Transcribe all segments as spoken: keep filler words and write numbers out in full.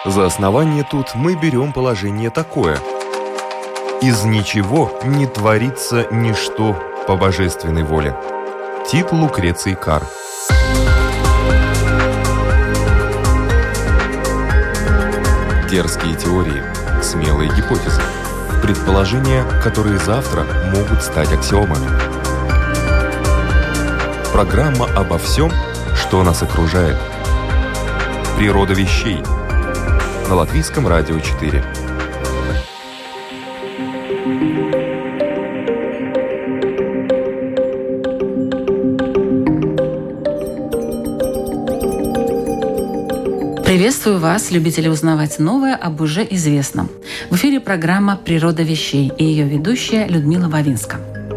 За основание тут мы берем положение такое. Из ничего не творится ничто по божественной воле. Тит Лукреций Кар. Дерзкие теории, смелые гипотезы, предположения, которые завтра могут стать аксиомами. Программа обо всем, что нас окружает. Природа вещей. На Латвийском радио четыре. Приветствую вас, любители узнавать новое об уже известном. В эфире программа «Природа вещей» и ее ведущая Людмила Вавинска.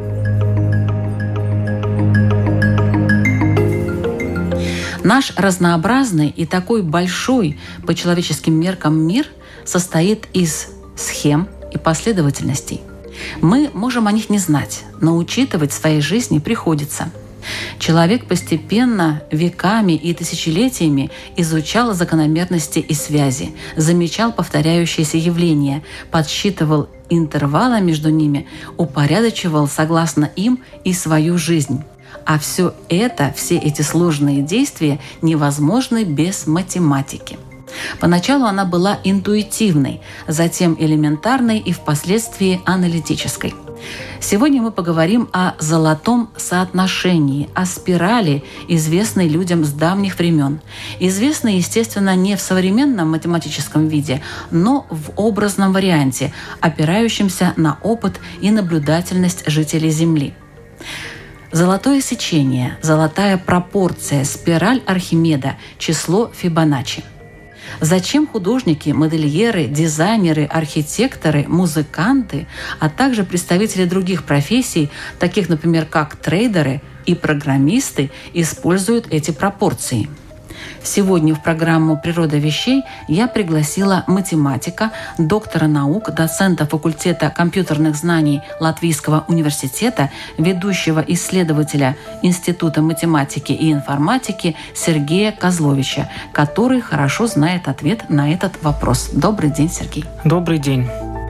Наш разнообразный и такой большой по человеческим меркам мир состоит из схем и последовательностей. Мы можем о них не знать, но учитывать в своей жизни приходится. Человек постепенно, веками и тысячелетиями изучал закономерности и связи, замечал повторяющиеся явления, подсчитывал интервалы между ними, упорядочивал согласно им и свою жизнь. А все это, все эти сложные действия невозможны без математики. Поначалу она была интуитивной, затем элементарной и впоследствии аналитической. Сегодня мы поговорим о золотом соотношении, о спирали, известной людям с давних времен. Известной, естественно, не в современном математическом виде, но в образном варианте, опирающемся на опыт и наблюдательность жителей Земли. Золотое сечение, золотая пропорция, спираль Архимеда, число Фибоначчи. Зачем художники, модельеры, дизайнеры, архитекторы, музыканты, а также представители других профессий, таких, например, как трейдеры и программисты, используют эти пропорции? Сегодня в программу «Природа вещей» я пригласила математика, доктора наук, доцента факультета компьютерных знаний Латвийского университета, ведущего исследователя Института математики и информатики Сергея Козловича, который хорошо знает ответ на этот вопрос. Добрый день, Сергей. Добрый день.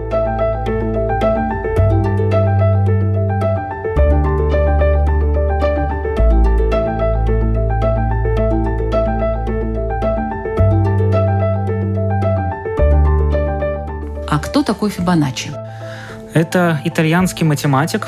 Кто такой Фибоначчи? Это итальянский математик.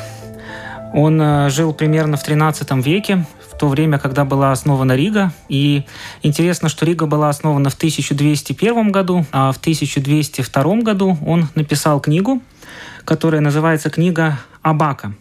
Он э, жил примерно в тринадцатом веке, в то время, когда была основана Рига. И интересно, что Рига была основана в тысяча двести первом году, а в тысяча двести втором году он написал книгу, которая называется «Книга Абака».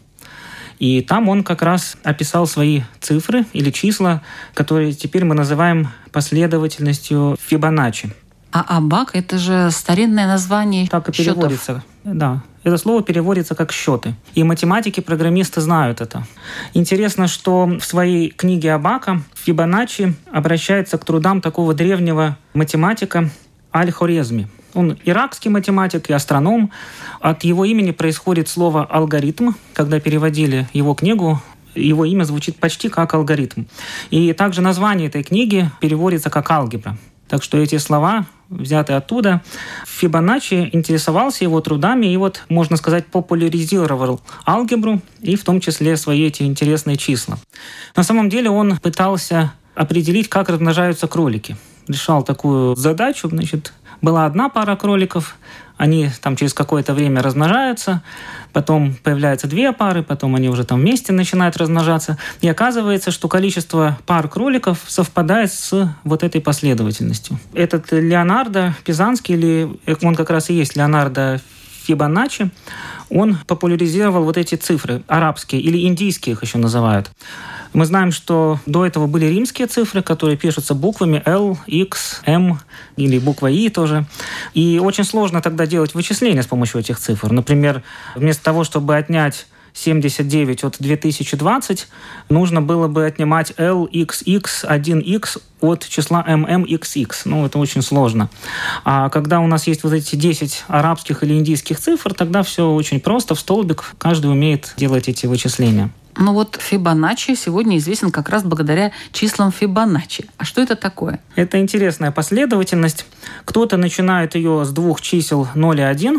И там он как раз описал свои цифры или числа, которые теперь мы называем последовательностью Фибоначчи. А абак – это же старинное название так и счетов. Переводится. Да, это слово переводится как «счеты». И математики, программисты знают это. Интересно, что в своей книге Абака Фибоначчи обращается к трудам такого древнего математика Аль-Хорезми. Он иракский математик и астроном. От его имени происходит слово «алгоритм». Когда переводили его книгу, его имя звучит почти как алгоритм. И также название этой книги переводится как «алгебра». Так что эти слова взяты оттуда. Фибоначчи интересовался его трудами и, вот, можно сказать, популяризировал алгебру и в том числе свои эти интересные числа. На самом деле он пытался определить, как размножаются кролики. Решал такую задачу. Значит, была одна пара кроликов, они там через какое-то время размножаются, потом появляются две пары, потом они уже там вместе начинают размножаться. И оказывается, что количество пар кроликов совпадает с вот этой последовательностью. Этот Леонардо Пизанский, или он как раз и есть Леонардо Фибоначчи, он популяризировал вот эти цифры, арабские или индийские их еще называют. Мы знаем, что до этого были римские цифры, которые пишутся буквами L, X, M или буква I тоже. И очень сложно тогда делать вычисления с помощью этих цифр. Например, вместо того, чтобы отнять семьдесят девять от две тысячи двадцать, нужно было бы отнимать L, X, X, один X от числа эм эм икс икс. Ну, это очень сложно. А когда у нас есть вот эти десять арабских или индийских цифр, тогда все очень просто, в столбик. Каждый умеет делать эти вычисления. Ну вот Фибоначчи сегодня известен как раз благодаря числам Фибоначчи. А что это такое? Это интересная последовательность. Кто-то начинает ее с двух чисел ноль и один,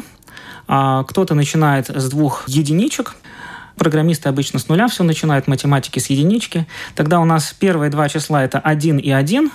а кто-то начинает с двух единичек. Программисты обычно с нуля все начинают, математики с единички. Тогда у нас первые два числа – это один и один,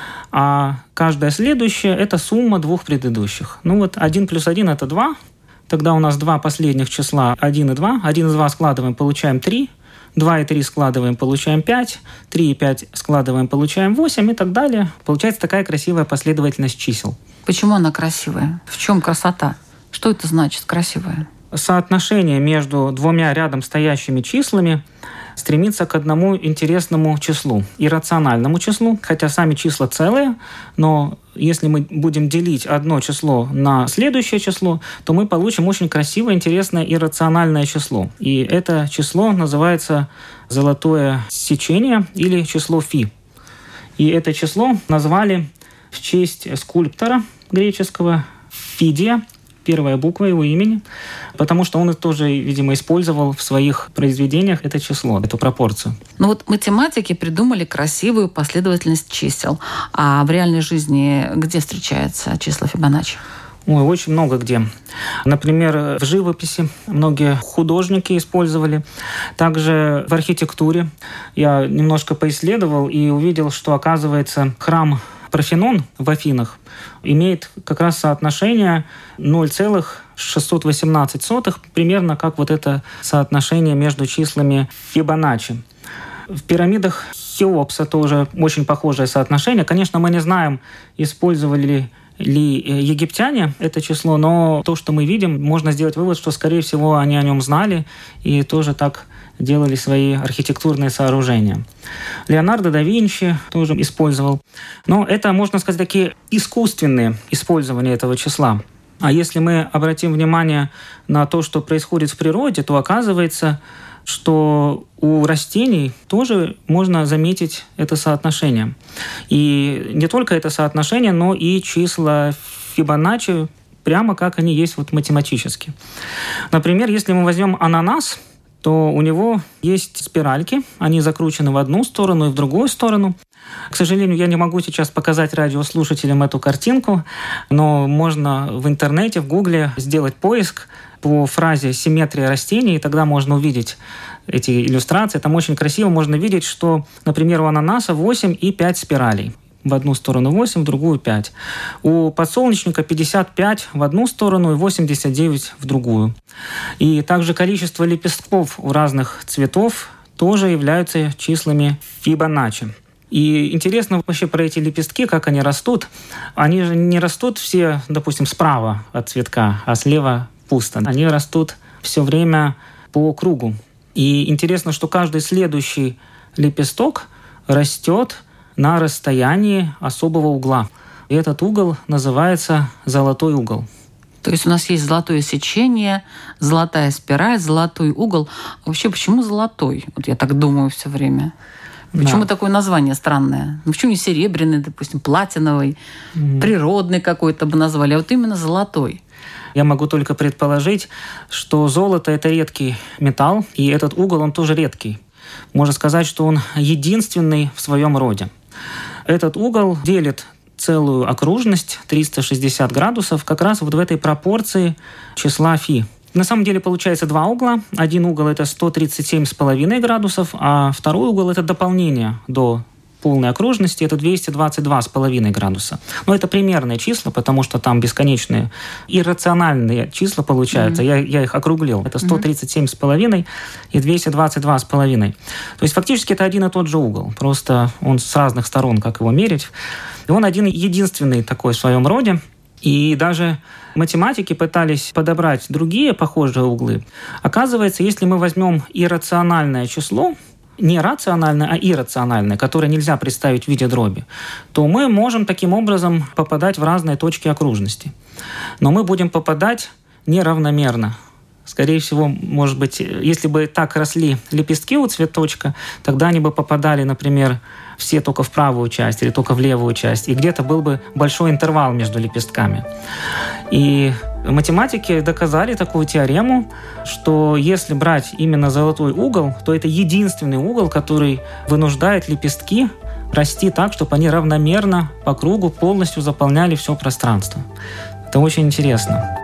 а каждое следующее – это сумма двух предыдущих. Ну вот один плюс один – это два. Тогда у нас два последних числа – один и два. один и два складываем, получаем три. два и три складываем, получаем пять. три и пять складываем, получаем восемь и так далее. Получается такая красивая последовательность чисел. Почему она красивая? В чем красота? Что это значит красивая? Соотношение между двумя рядом стоящими числами стремится к одному интересному числу, иррациональному числу, хотя сами числа целые, но если мы будем делить одно число на следующее число, то мы получим очень красивое, интересное иррациональное число. И это число называется золотое сечение или число фи. И это число назвали в честь скульптора греческого Фидия, первая буква его имени, потому что он тоже, видимо, использовал в своих произведениях это число, эту пропорцию. Ну вот математики придумали красивую последовательность чисел. А в реальной жизни где встречаются числа Фибоначчи? Ой, очень много где. Например, в живописи многие художники использовали. Также в архитектуре я немножко поисследовал и увидел, что, оказывается, храм Парфенон в Афинах имеет как раз соотношение ноль целых шестьсот восемнадцать сотых, примерно как вот это соотношение между числами Фибоначчи. В пирамидах Хеопса тоже очень похожее соотношение. Конечно, мы не знаем, использовали ли египтяне это число, но то, что мы видим, можно сделать вывод, что, скорее всего, они о нем знали и тоже так делали свои архитектурные сооружения. Леонардо да Винчи тоже использовал. Но это, можно сказать, такие искусственные использования этого числа. А если мы обратим внимание на то, что происходит в природе, то оказывается, что у растений тоже можно заметить это соотношение. И не только это соотношение, но и числа Фибоначчи, прямо как они есть вот математически. Например, если мы возьмем ананас, то у него есть спиральки, они закручены в одну сторону и в другую сторону. К сожалению, я не могу сейчас показать радиослушателям эту картинку, но можно в интернете, в Гугле сделать поиск по фразе «симметрия растений», и тогда можно увидеть эти иллюстрации. Там очень красиво можно видеть, что, например, у ананаса восемь и пять спиралей. В одну сторону восемь, в другую пять. У подсолнечника пятьдесят пять в одну сторону и восемьдесят девять в другую. И также количество лепестков у разных цветов тоже являются числами Фибоначчи. И интересно вообще про эти лепестки, как они растут. Они же не растут все, допустим, справа от цветка, а слева пусто. Они растут все время по кругу. И интересно, что каждый следующий лепесток растет на расстоянии особого угла. И этот угол называется золотой угол. То есть у нас есть золотое сечение, золотая спираль, золотой угол. А вообще, почему золотой? Вот я так думаю все время. Почему да. такое название странное? Ну, почему не серебряный, допустим, платиновый, mm. природный какой-то бы назвали, а вот именно золотой? Я могу только предположить, что золото – это редкий металл, и этот угол, он тоже редкий. Можно сказать, что он единственный в своем роде. Этот угол делит целую окружность, триста шестьдесят градусов, как раз вот в этой пропорции числа фи. На самом деле получается два угла. Один угол – это сто тридцать семь целых пять десятых градусов, а второй угол – это дополнение до полной окружности, это двести двадцать два целых пять десятых градуса. Но это примерные числа, потому что там бесконечные иррациональные числа получаются. Mm-hmm. Я, я их округлил. Это сто тридцать семь целых пять десятых и двести двадцать два целых пять десятых. То есть фактически это один и тот же угол. Просто он с разных сторон, как его мерить. И он один единственный такой в своем роде. И даже математики пытались подобрать другие похожие углы. Оказывается, если мы возьмем иррациональное число, не рациональное, а иррациональное, которое нельзя представить в виде дроби, то мы можем таким образом попадать в разные точки окружности. Но мы будем попадать неравномерно. Скорее всего, может быть, если бы так росли лепестки у цветочка, тогда они бы попадали, например, все только в правую часть или только в левую часть, и где-то был бы большой интервал между лепестками. И математики доказали такую теорему, что если брать именно золотой угол, то это единственный угол, который вынуждает лепестки расти так, чтобы они равномерно по кругу полностью заполняли все пространство. Это очень интересно.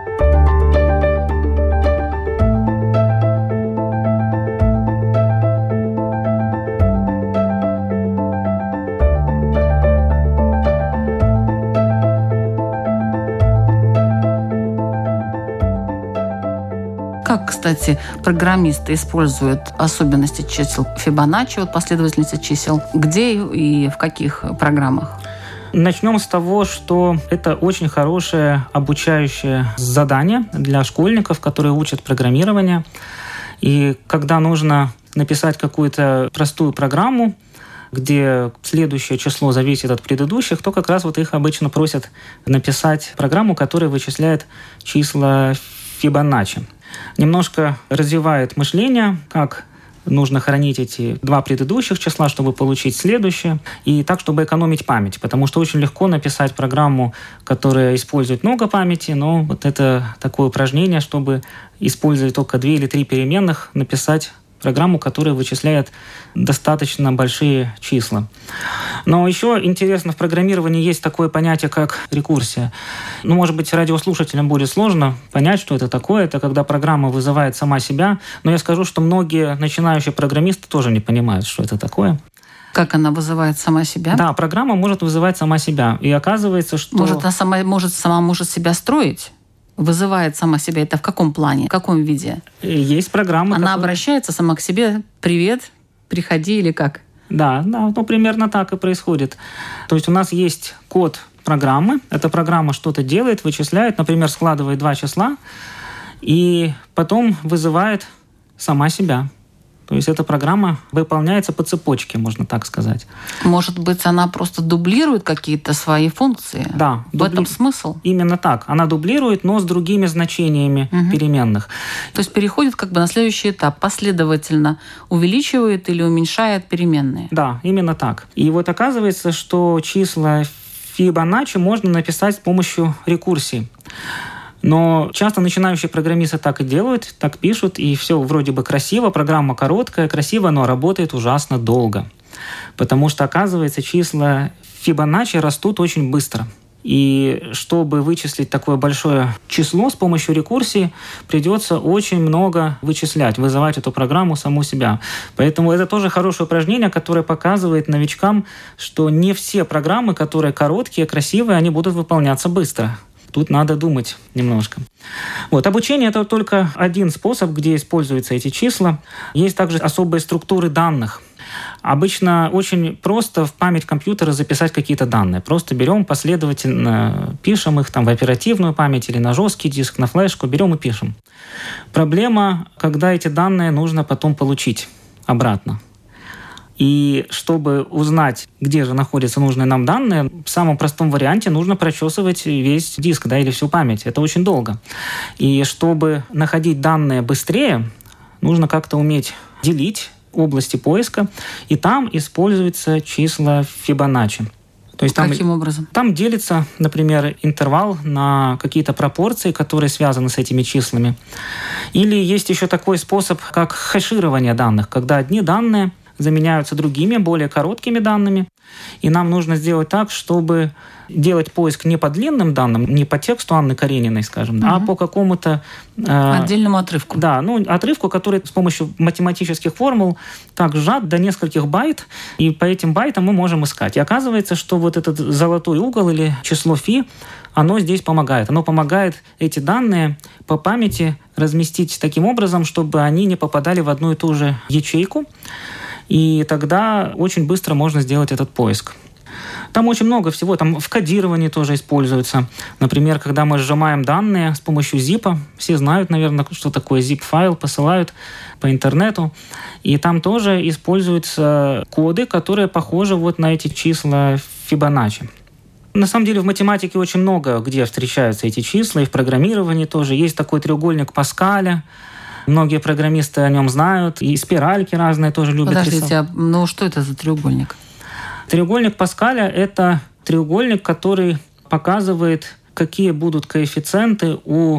Как, кстати, программисты используют особенности чисел Фибоначчи, вот последовательности чисел, где и в каких программах? Начнем с того, что это очень хорошее обучающее задание для школьников, которые учат программирование. И когда нужно написать какую-то простую программу, где следующее число зависит от предыдущих, то как раз вот их обычно просят написать программу, которая вычисляет числа Фибоначчи. Немножко развивает мышление, как нужно хранить эти два предыдущих числа, чтобы получить следующее, и так, чтобы экономить память, потому что очень легко написать программу, которая использует много памяти, но вот это такое упражнение, чтобы использовать только две или три переменных, написать программу, которая вычисляет достаточно большие числа. Но еще интересно, в программировании есть такое понятие, как рекурсия. Ну, может быть, радиослушателям будет сложно понять, что это такое. Это когда программа вызывает сама себя. Но я скажу, что многие начинающие программисты тоже не понимают, что это такое. Как она вызывает сама себя? Да, программа может вызывать сама себя. И оказывается, что... Может, она сама может, сама может себя строить? Вызывает сама себя. Это в каком плане? В каком виде? Есть программа. Она которая... обращается сама к себе. Привет, приходи или как? Да, да, ну примерно так и происходит. То есть у нас есть код программы. Эта программа что-то делает, вычисляет, например, складывает два числа и потом вызывает сама себя. То есть эта программа выполняется по цепочке, можно так сказать. Может быть, она просто дублирует какие-то свои функции? Да. В дубли... этом смысл? Именно так. Она дублирует, но с другими значениями угу. переменных. То есть переходит как бы на следующий этап, последовательно увеличивает или уменьшает переменные? Да, именно так. И вот оказывается, что числа Фибоначчи можно написать с помощью рекурсии. Но часто начинающие программисты так и делают, так пишут, и все вроде бы красиво, программа короткая, красиво, но работает ужасно долго. Потому что, оказывается, числа Фибоначчи растут очень быстро. И чтобы вычислить такое большое число с помощью рекурсии, придется очень много вычислять, вызывать эту программу саму себя. Поэтому это тоже хорошее упражнение, которое показывает новичкам, что не все программы, которые короткие, красивые, они будут выполняться быстро. Тут надо думать немножко. Вот. Обучение – это только один способ, где используются эти числа. Есть также особые структуры данных. Обычно очень просто в память компьютера записать какие-то данные. Просто берем последовательно, пишем их там в оперативную память или на жесткий диск, на флешку, берем и пишем. Проблема, когда эти данные нужно потом получить обратно. И чтобы узнать, где же находятся нужные нам данные, в самом простом варианте нужно прочесывать весь диск, да, или всю память. Это очень долго. И чтобы находить данные быстрее, нужно как-то уметь делить области поиска, и там используются числа Фибоначчи. То есть Каким там, образом? Там делится, например, интервал на какие-то пропорции, которые связаны с этими числами. Или есть еще такой способ, как хэширование данных, когда одни данные заменяются другими, более короткими данными. И нам нужно сделать так, чтобы делать поиск не по длинным данным, не по тексту Анны Карениной, скажем, угу. а по какому-то... Э, отдельному отрывку. Да, ну, отрывку, который с помощью математических формул так сжат до нескольких байт, и по этим байтам мы можем искать. И оказывается, что вот этот золотой угол или число фи, оно здесь помогает. Оно помогает эти данные по памяти разместить таким образом, чтобы они не попадали в одну и ту же ячейку. И тогда очень быстро можно сделать этот поиск. Там очень много всего. Там в кодировании тоже используется. Например, когда мы сжимаем данные с помощью зипа, все знают, наверное, что такое zip-файл, посылают по интернету. И там тоже используются коды, которые похожи вот на эти числа Фибоначчи. На самом деле в математике очень много где встречаются эти числа, и в программировании тоже. Есть такой треугольник Паскаля. Многие программисты о нем знают, и спиральки разные тоже любят рисовать. Подождите, а, ну что это за треугольник? Треугольник Паскаля – это треугольник, который показывает, какие будут коэффициенты у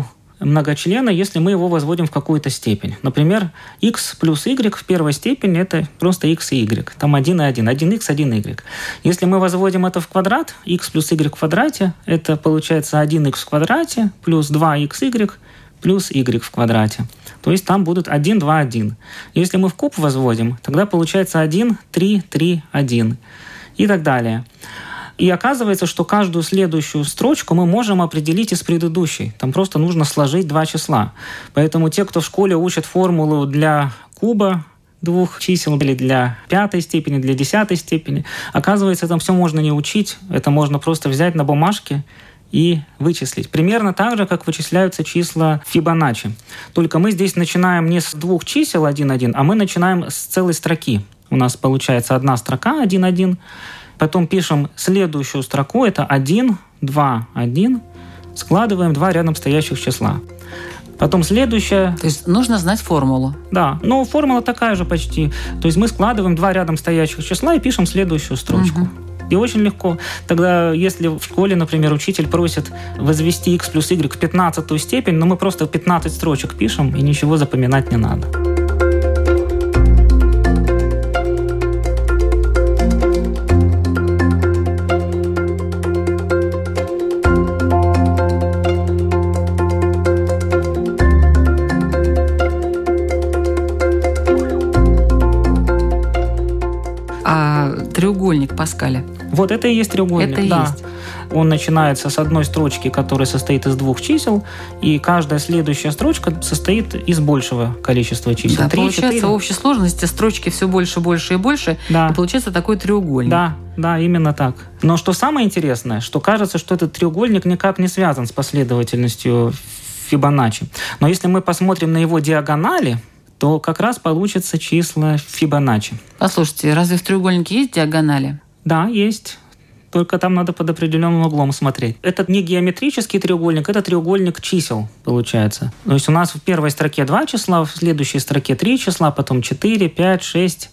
многочлена, если мы его возводим в какую-то степень. Например, x плюс y в первой степени – это просто x и y. Там один и один. один икс, один y. Если мы возводим это в квадрат, x плюс y в квадрате, это получается один икс в квадрате плюс два икс y плюс y в квадрате. То есть там будут один, два, один. Если мы в куб возводим, тогда получается один, три, три, один. И так далее. И оказывается, что каждую следующую строчку мы можем определить из предыдущей. Там просто нужно сложить два числа. Поэтому те, кто в школе учат формулу для куба двух чисел или для пятой степени, для десятой степени, оказывается, там все можно не учить. Это можно просто взять на бумажке и вычислить. Примерно так же, как вычисляются числа Фибоначчи. Только мы здесь начинаем не с двух чисел один, один, а мы начинаем с целой строки. У нас получается одна строка один, один. Потом пишем следующую строку, это один, два, один. Складываем два рядом стоящих числа. Потом следующая... То есть нужно знать формулу. Да, но формула такая же почти. То есть мы складываем два рядом стоящих числа и пишем следующую строчку. Угу. И очень легко. Тогда, если в школе, например, учитель просит возвести x плюс y в пятнадцатую степень, но мы просто пятнадцать строчек пишем, и ничего запоминать не надо. Треугольник Паскаля. Вот это и есть треугольник. Это и да. есть. Он начинается с одной строчки, которая состоит из двух чисел, и каждая следующая строчка состоит из большего количества чисел. Да, три, получается, четыре. в общей сложности строчки все больше, больше и больше, да. И получается такой треугольник. Да, да, именно так. Но что самое интересное, что кажется, что этот треугольник никак не связан с последовательностью Фибоначчи. Но если мы посмотрим на его диагонали, то как раз получится числа Фибоначчи. Послушайте, разве в треугольнике есть диагонали? Да, есть. Только там надо под определенным углом смотреть. Это не геометрический треугольник, это треугольник чисел, получается. То есть у нас в первой строке два числа, в следующей строке три числа, потом четыре, пять, шесть.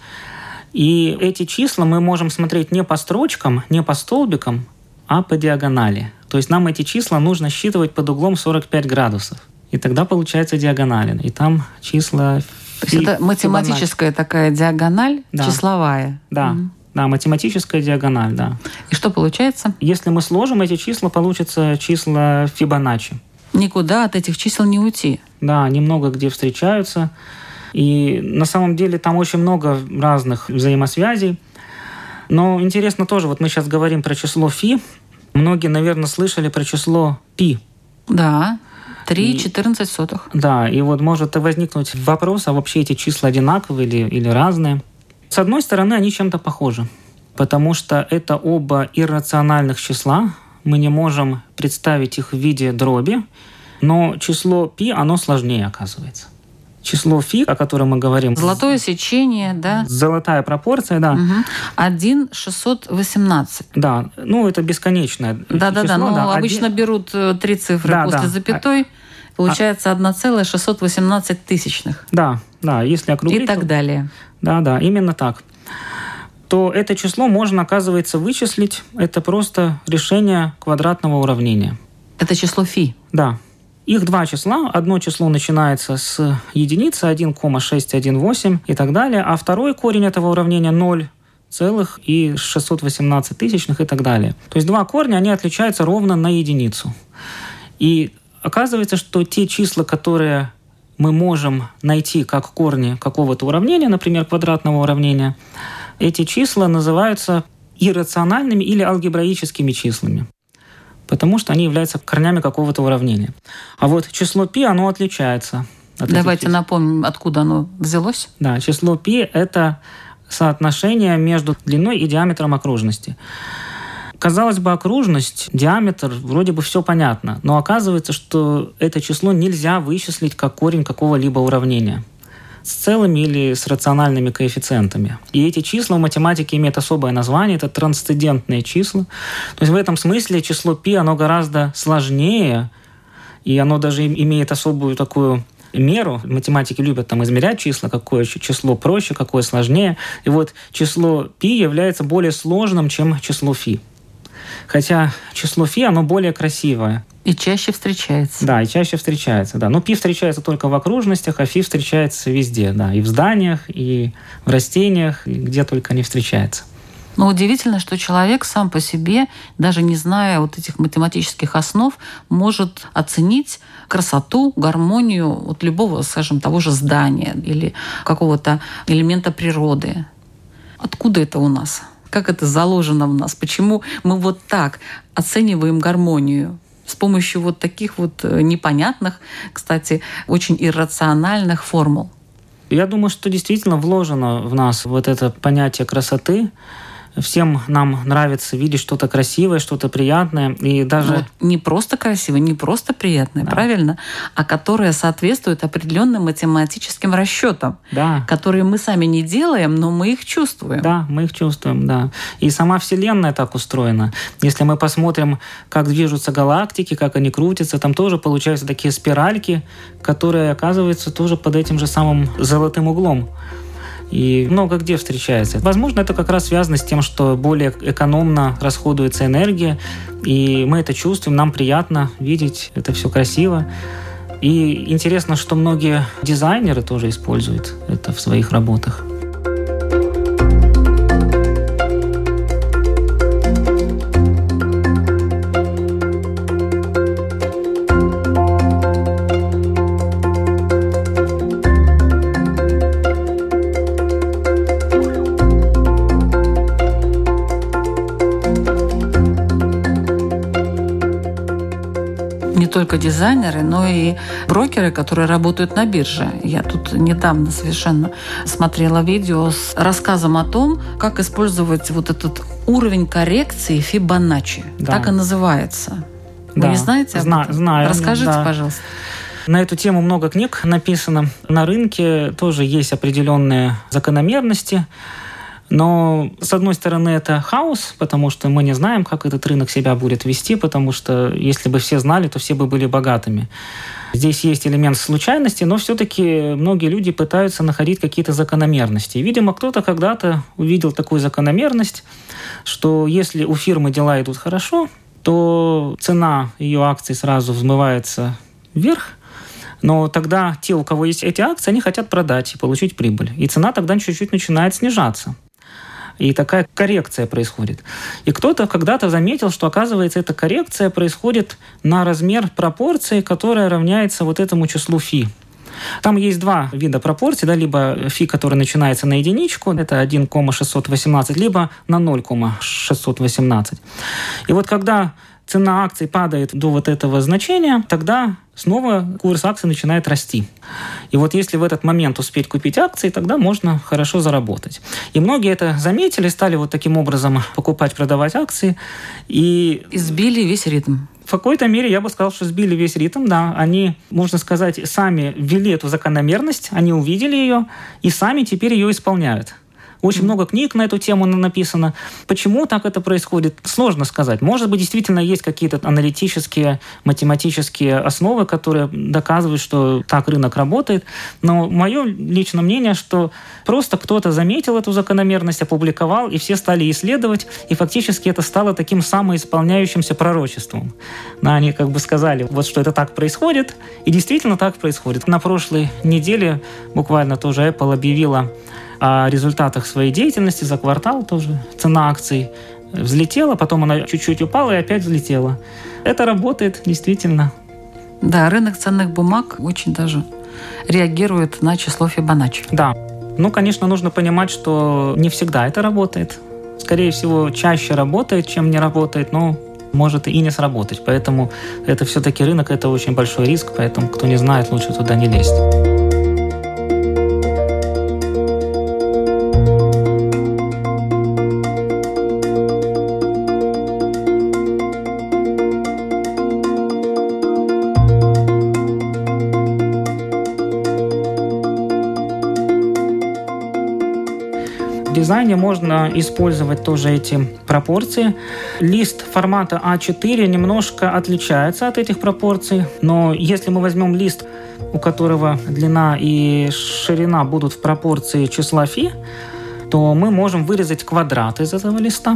И эти числа мы можем смотреть не по строчкам, не по столбикам, а по диагонали. То есть нам эти числа нужно считывать под углом сорок пять градусов. И тогда получается диагональ. И там числа... То есть это математическая такая диагональ, да. Числовая. Да. Mm. Да, математическая диагональ, да. И что получается? Если мы сложим эти числа, получится числа Фибоначчи. Никуда от этих чисел не уйти. Да, они много где встречаются. И на самом деле там очень много разных взаимосвязей. Но интересно тоже, вот мы сейчас говорим про число Фи. Многие, наверное, слышали про число Пи. Да, три и четырнадцать сотых. Да, и вот может возникнуть вопрос, а вообще эти числа одинаковые или, или разные? С одной стороны, они чем-то похожи, потому что это оба иррациональных числа. Мы не можем представить их в виде дроби, но число π, оно сложнее оказывается. Число φ, о котором мы говорим... Золотое сечение, да? Золотая пропорция, да. Угу. один шестьсот восемнадцать. Да, ну это бесконечное Да-да-да, число. но Да, обычно один... берут три цифры да, после да. запятой, получается одна целая шестьсот восемнадцать тысячных. Да, да, если округлить... И так далее. Да-да, именно так. То это число можно, оказывается, вычислить. Это просто решение квадратного уравнения. Это число φ? Да. Их два числа. Одно число начинается с единицы один целых шестьсот восемь и так далее, а второй корень этого уравнения ноль целых шестьсот восемнадцать тысячных и так далее. То есть два корня, они отличаются ровно на единицу. И оказывается, что те числа, которые мы можем найти как корни какого-то уравнения, например, квадратного уравнения, эти числа называются иррациональными или алгебраическими числами, потому что они являются корнями какого-то уравнения. А вот число π, оно отличается от Давайте напомним, откуда оно взялось. Да, число π – это соотношение между длиной и диаметром окружности. Казалось бы, окружность, диаметр, вроде бы все понятно, но оказывается, что это число нельзя вычислить как корень какого-либо уравнения с целыми или с рациональными коэффициентами. И эти числа в математике имеют особое название, это трансцендентные числа. То есть в этом смысле число π, оно гораздо сложнее, и оно даже имеет особую такую меру. Математики любят там измерять числа, какое число проще, какое сложнее. И вот число π является более сложным, чем число φ. Хотя число φ, оно более красивое. И чаще встречается. Да, и чаще встречается, да. Но π встречается только в окружностях, а φ встречается везде, да. И в зданиях, и в растениях, и где только не встречается. Но удивительно, что человек сам по себе, даже не зная вот этих математических основ, может оценить красоту, гармонию вот любого, скажем, того же здания или какого-то элемента природы. Откуда это у нас? Как это заложено в нас? Почему мы вот так оцениваем гармонию? С помощью вот таких вот непонятных, кстати, очень иррациональных формул. Я думаю, что действительно вложено в нас вот это понятие красоты. Всем нам нравится видеть что-то красивое, что-то приятное. И даже... Вот не просто красивое, не просто приятное, да. Правильно? А которое соответствует определенным математическим расчетам, да. которые мы сами не делаем, но мы их чувствуем. Да, мы их чувствуем, да. И сама Вселенная так устроена. Если мы посмотрим, как движутся галактики, как они крутятся, там тоже получаются такие спиральки, которые оказываются тоже под этим же самым золотым углом. И много где встречается. Возможно, это как раз связано с тем, что более экономно расходуется энергия, и мы это чувствуем, нам приятно видеть, это все красиво. И интересно, что многие дизайнеры тоже используют это в своих работах. Не только дизайнеры, но и брокеры, которые работают на бирже. Я тут недавно совершенно смотрела видео с рассказом о том, как использовать вот этот уровень коррекции Фибоначчи. Да. Так и называется. Вы да. не знаете об Зна- этом? Знаю. Расскажите, да. пожалуйста. На эту тему много книг написано. На рынке тоже есть определенные закономерности. Но, с одной стороны, это хаос, потому что мы не знаем, как этот рынок себя будет вести, потому что если бы все знали, то все бы были богатыми. Здесь есть элемент случайности, но все-таки многие люди пытаются находить какие-то закономерности. И, видимо, кто-то когда-то увидел такую закономерность, что если у фирмы дела идут хорошо, то цена ее акций сразу взмывается вверх, но тогда те, у кого есть эти акции, они хотят продать и получить прибыль. И цена тогда чуть-чуть начинает снижаться. И такая коррекция происходит. И кто-то когда-то заметил, что, оказывается, эта коррекция происходит на размер пропорции, которая равняется вот этому числу φ. Там есть два вида пропорций, да, либо φ, который начинается на единичку, это один целых шестьсот восемнадцать, либо на ноль целых шестьсот восемнадцать. И вот когда цена акций падает до вот этого значения, тогда снова курс акций начинает расти. И вот если в этот момент успеть купить акции, тогда можно хорошо заработать. И многие это заметили, стали вот таким образом покупать, продавать акции. И сбили весь ритм. В какой-то мере я бы сказал, что сбили весь ритм, да. Они, можно сказать, сами ввели эту закономерность, они увидели ее и сами теперь ее исполняют. Очень много книг на эту тему написано. Почему так это происходит, сложно сказать. Может быть, действительно есть какие-то аналитические, математические основы, которые доказывают, что так рынок работает. Но мое личное мнение, что просто кто-то заметил эту закономерность, опубликовал, и все стали исследовать, и фактически это стало таким самоисполняющимся пророчеством. Но они как бы сказали, вот что это так происходит, и действительно так происходит. На прошлой неделе буквально тоже Apple объявила о результатах своей деятельности за квартал тоже. Цена акций взлетела, потом она чуть-чуть упала и опять взлетела. Это работает действительно. Да, рынок ценных бумаг очень даже реагирует на число Фибоначчи. Да. Ну, конечно, нужно понимать, что не всегда это работает. Скорее всего, чаще работает, чем не работает, но может и не сработать. Поэтому это все-таки рынок, это очень большой риск, поэтому кто не знает, лучше туда не лезть. В дизайне можно использовать тоже эти пропорции. Лист формата а четыре немножко отличается от этих пропорций, но если мы возьмем лист, у которого длина и ширина будут в пропорции числа φ, то мы можем вырезать квадрат из этого листа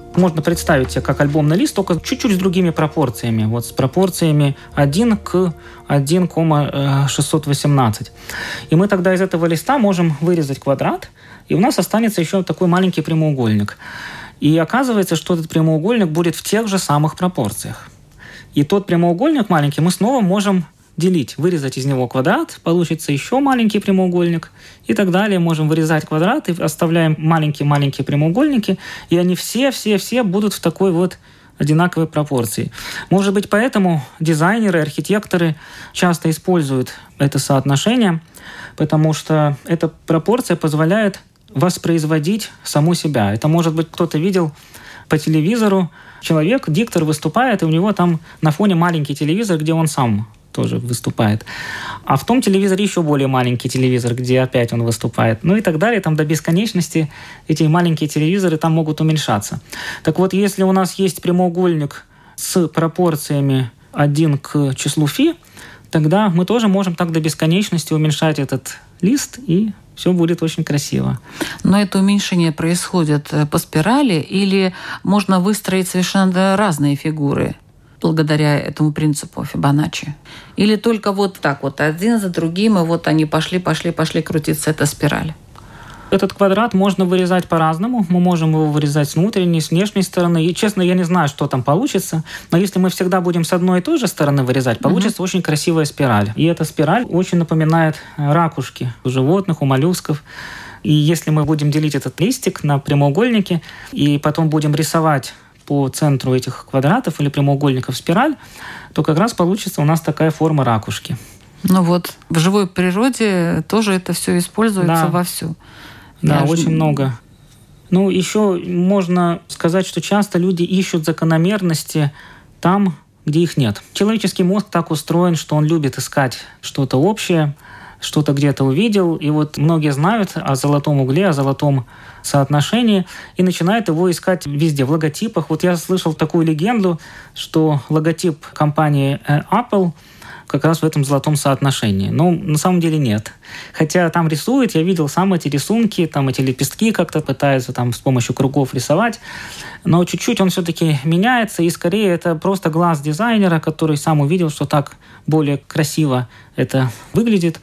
Можно представить себе как альбомный лист, только чуть-чуть с другими пропорциями. Вот с пропорциями один к один целых шестьсот восемнадцать. И мы тогда из этого листа можем вырезать квадрат, и у нас останется еще такой маленький прямоугольник. И оказывается, что этот прямоугольник будет в тех же самых пропорциях. И тот прямоугольник маленький мы снова можем делить, вырезать из него квадрат, получится еще маленький прямоугольник и так далее. Можем вырезать квадрат и оставляем маленькие-маленькие прямоугольники, и они все-все-все будут в такой вот одинаковой пропорции. Может быть, поэтому дизайнеры, архитекторы часто используют это соотношение, потому что эта пропорция позволяет воспроизводить саму себя. Это, может быть, кто-то видел по телевизору, человек, диктор выступает, и у него там на фоне маленький телевизор, где он сам тоже выступает. А в том телевизоре еще более маленький телевизор, где опять он выступает. Ну и так далее. Там до бесконечности эти маленькие телевизоры там могут уменьшаться. Так вот, если у нас есть прямоугольник с пропорциями один к числу φ, тогда мы тоже можем так до бесконечности уменьшать этот лист, и все будет очень красиво. Но это уменьшение происходит по спирали или можно выстроить совершенно разные фигуры благодаря этому принципу Фибоначчи? Или только вот так вот, один за другим, и вот они пошли, пошли, пошли крутиться, эта спираль? Этот квадрат можно вырезать по-разному. Мы можем его вырезать с внутренней, с внешней стороны. И, честно, я не знаю, что там получится. Но если мы всегда будем с одной и той же стороны вырезать, получится mm-hmm. очень красивая спираль. И эта спираль очень напоминает ракушки у животных, у моллюсков. И если мы будем делить этот листик на прямоугольники и потом будем рисовать по центру этих квадратов или прямоугольников спираль, то как раз получится у нас такая форма ракушки. Ну вот, в живой природе тоже это все используется да. вовсю. Да, Я очень ж... много. Ну, еще можно сказать, что часто люди ищут закономерности там, где их нет. Человеческий мозг так устроен, что он любит искать что-то общее, что-то где-то увидел, и вот многие знают о золотом угле, о золотом соотношении, и начинают его искать везде, в логотипах. Вот я слышал такую легенду, что логотип компании Apple как раз в этом золотом соотношении. Но на самом деле нет. Хотя там рисуют, я видел сам эти рисунки, там эти лепестки как-то пытаются там с помощью кругов рисовать, но чуть-чуть он все-таки меняется, и скорее это просто глаз дизайнера, который сам увидел, что так более красиво это выглядит,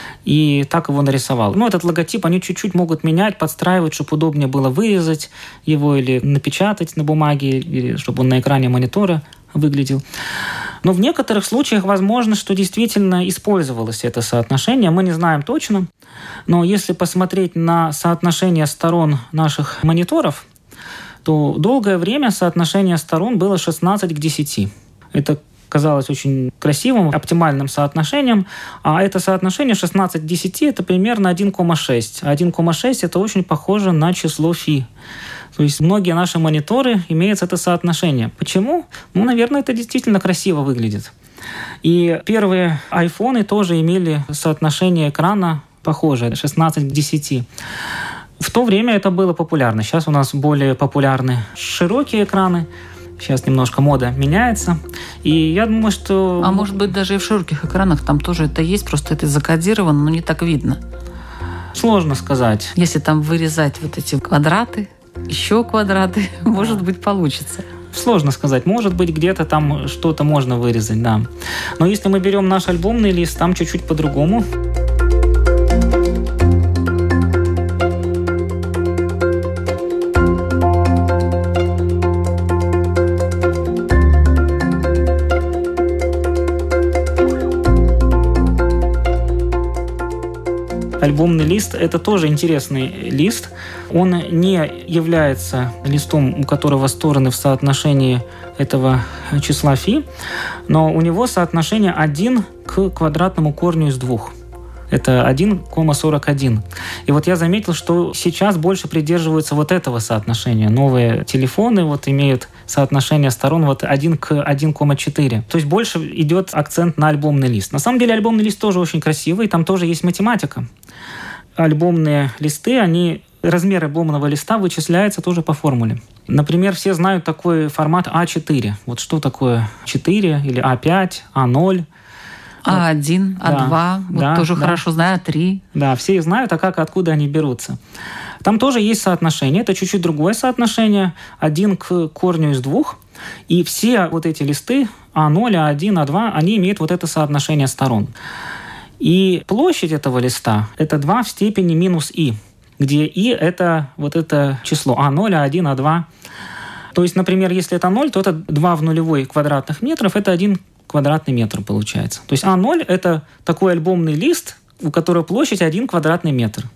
и так его нарисовал. Ну, этот логотип они чуть-чуть могут менять, подстраивать, чтобы удобнее было вырезать его или напечатать на бумаге, или чтобы он на экране монитора выглядел. Но в некоторых случаях возможно, что действительно использовалось это соотношение. Мы не знаем точно. Но если посмотреть на соотношение сторон наших мониторов, то долгое время соотношение сторон было шестнадцать к десяти. Это казалось очень красивым, оптимальным соотношением. А это соотношение шестнадцать к десяти – это примерно один целых шесть. один целых шесть – это очень похоже на число φ. То есть многие наши мониторы имеют это соотношение. Почему? Ну, наверное, это действительно красиво выглядит. И первые айфоны тоже имели соотношение экрана похожее – шестнадцать к десяти. В то время это было популярно. Сейчас у нас более популярны широкие экраны. Сейчас немножко мода меняется. И я думаю, что... А может быть, даже и в широких экранах там тоже это есть, просто это закодировано, но не так видно. Сложно сказать. Если там вырезать вот эти квадраты, еще квадраты, может быть, получится. Сложно сказать. Может быть, где-то там что-то можно вырезать, да. Но если мы берем наш альбомный лист, там чуть-чуть по-другому. Альбомный лист – это тоже интересный лист. Он не является листом, у которого стороны в соотношении этого числа φ, но у него соотношение один к квадратному корню из двух. Это один целых сорок один. И вот я заметил, что сейчас больше придерживаются вот этого соотношения. Новые телефоны вот имеют соотношение сторон вот один к один целых четыре. То есть больше идет акцент на альбомный лист. На самом деле альбомный лист тоже очень красивый, там тоже есть математика. Альбомные листы, они, размер альбомного листа вычисляется тоже по формуле. Например, все знают такой формат а четыре. Вот что такое четыре или а пять, а ноль. А один, А два, вот да, тоже да. хорошо знаю, А три. Да, все их знают, а как, откуда они берутся. Там тоже есть соотношение, это чуть-чуть другое соотношение, один к корню из двух, и все вот эти листы А ноль, А один, А два, они имеют вот это соотношение сторон. И площадь этого листа – это два в степени минус И, где И – это вот это число А ноль, А один, А два. То есть, например, если это ноль, то это два в нулевой квадратных метров, это один квадратный метр получается. То есть А ноль – это такой альбомный лист, у которого площадь один квадратный метр.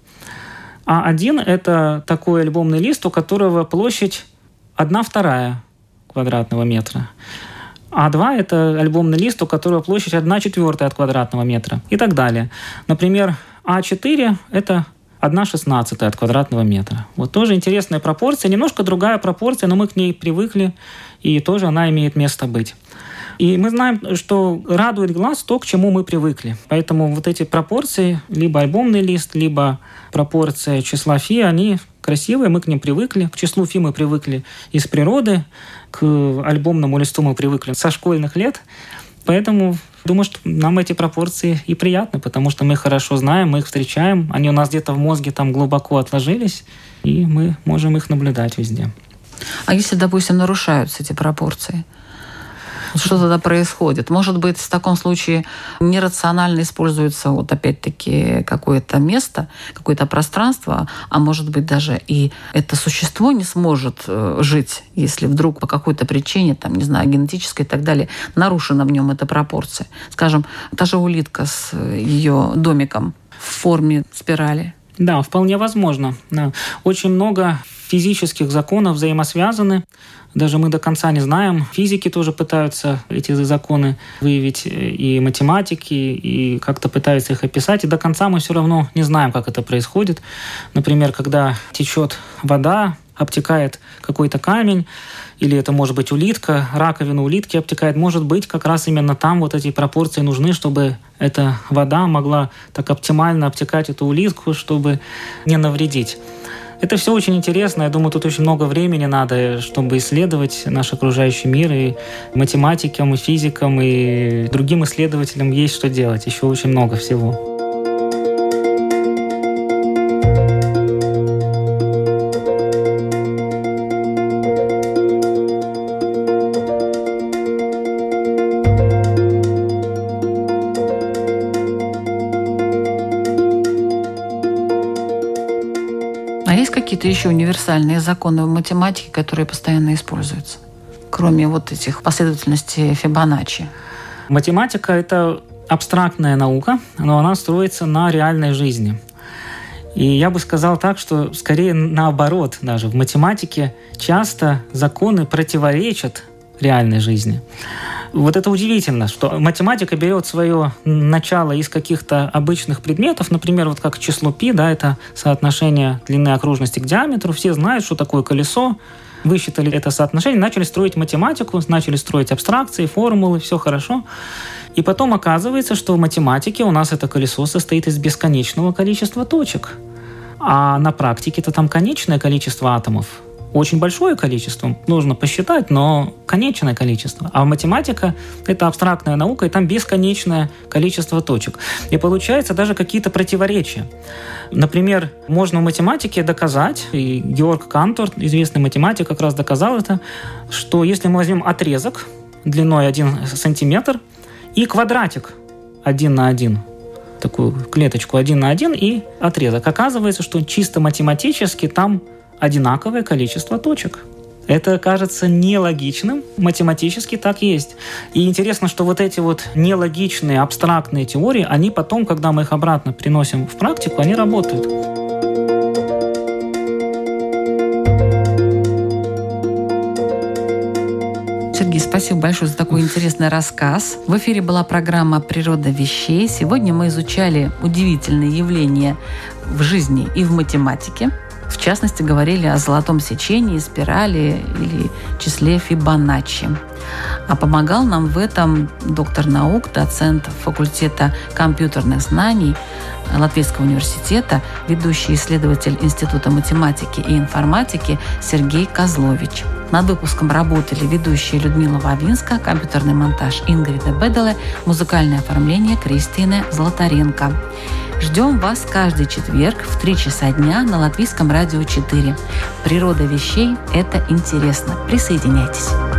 А один – это такой альбомный лист, у которого площадь одна вторая квадратного метра. А два – это альбомный лист, у которого площадь одна четвертая от квадратного метра. И так далее. Например, А четыре – это одна шестнадцатая от квадратного метра. Вот тоже интересная пропорция. Немножко другая пропорция, но мы к ней привыкли, и тоже она имеет место быть. И мы знаем, что радует глаз то, к чему мы привыкли. Поэтому вот эти пропорции, либо альбомный лист, либо пропорция числа φ, они красивые, мы к ним привыкли. К числу φ мы привыкли из природы, к альбомному листу мы привыкли со школьных лет. Поэтому думаю, что нам эти пропорции и приятны, потому что мы их хорошо знаем, мы их встречаем, они у нас где-то в мозге там глубоко отложились, и мы можем их наблюдать везде. А если, допустим, нарушаются эти пропорции? Что тогда происходит? Может быть, в таком случае нерационально используется вот опять-таки какое-то место, какое-то пространство, а может быть даже и это существо не сможет жить, если вдруг по какой-то причине, там, не знаю, генетической и так далее, нарушена в нем эта пропорция. Скажем, та же улитка с ее домиком в форме спирали. Да, вполне возможно. Да. Очень много физических законов взаимосвязаны. Даже мы до конца не знаем. Физики тоже пытаются эти законы выявить, и математики, и как-то пытаются их описать. И до конца мы все равно не знаем, как это происходит. Например, когда течет вода, обтекает какой-то камень, или это может быть улитка, раковина улитки обтекает. Может быть, как раз именно там вот эти пропорции нужны, чтобы эта вода могла так оптимально обтекать эту улитку, чтобы не навредить. Это все очень интересно. Я думаю, тут очень много времени надо, чтобы исследовать наш окружающий мир. И математикам, и физикам, и другим исследователям есть что делать. Еще очень много всего. Какие-то еще универсальные законы в математике, которые постоянно используются, кроме вот этих последовательностей Фибоначчи? Математика – это абстрактная наука, но она строится на реальной жизни. И я бы сказал так, что скорее наоборот даже. В математике часто законы противоречат реальной жизни. Вот это удивительно, что математика берет свое начало из каких-то обычных предметов, например, вот как число π, да, это соотношение длины окружности к диаметру. Все знают, что такое колесо, высчитали это соотношение, начали строить математику, начали строить абстракции, формулы, все хорошо. И потом оказывается, что в математике у нас это колесо состоит из бесконечного количества точек. А на практике-то там конечное количество атомов. Очень большое количество, нужно посчитать, но конечное количество. А математика – это абстрактная наука, и там бесконечное количество точек. И получается даже какие-то противоречия. Например, можно в математике доказать, и Георг Кантор, известный математик, как раз доказал это, что если мы возьмем отрезок длиной один сантиметр и квадратик один на один, такую клеточку один на один и отрезок, оказывается, что чисто математически там одинаковое количество точек. Это кажется нелогичным, математически так есть. И интересно, что вот эти вот нелогичные, абстрактные теории, они потом, когда мы их обратно приносим в практику, они работают. Сергей, спасибо большое за такой интересный рассказ. В эфире была программа «Природа вещей». Сегодня мы изучали удивительные явления в жизни и в математике. В частности, говорили о золотом сечении, спирали или числе Фибоначчи. А помогал нам в этом доктор наук, доцент факультета компьютерных знаний Латвийского университета, ведущий исследователь Института математики и информатики Сергей Козлович. Над выпуском работали ведущие Людмила Вавинска, компьютерный монтаж Ингрида Беделе, музыкальное оформление Кристины Золотаренко. Ждем вас каждый четверг в три часа дня на Латвийском радио четыре. Природа вещей – это интересно. Присоединяйтесь.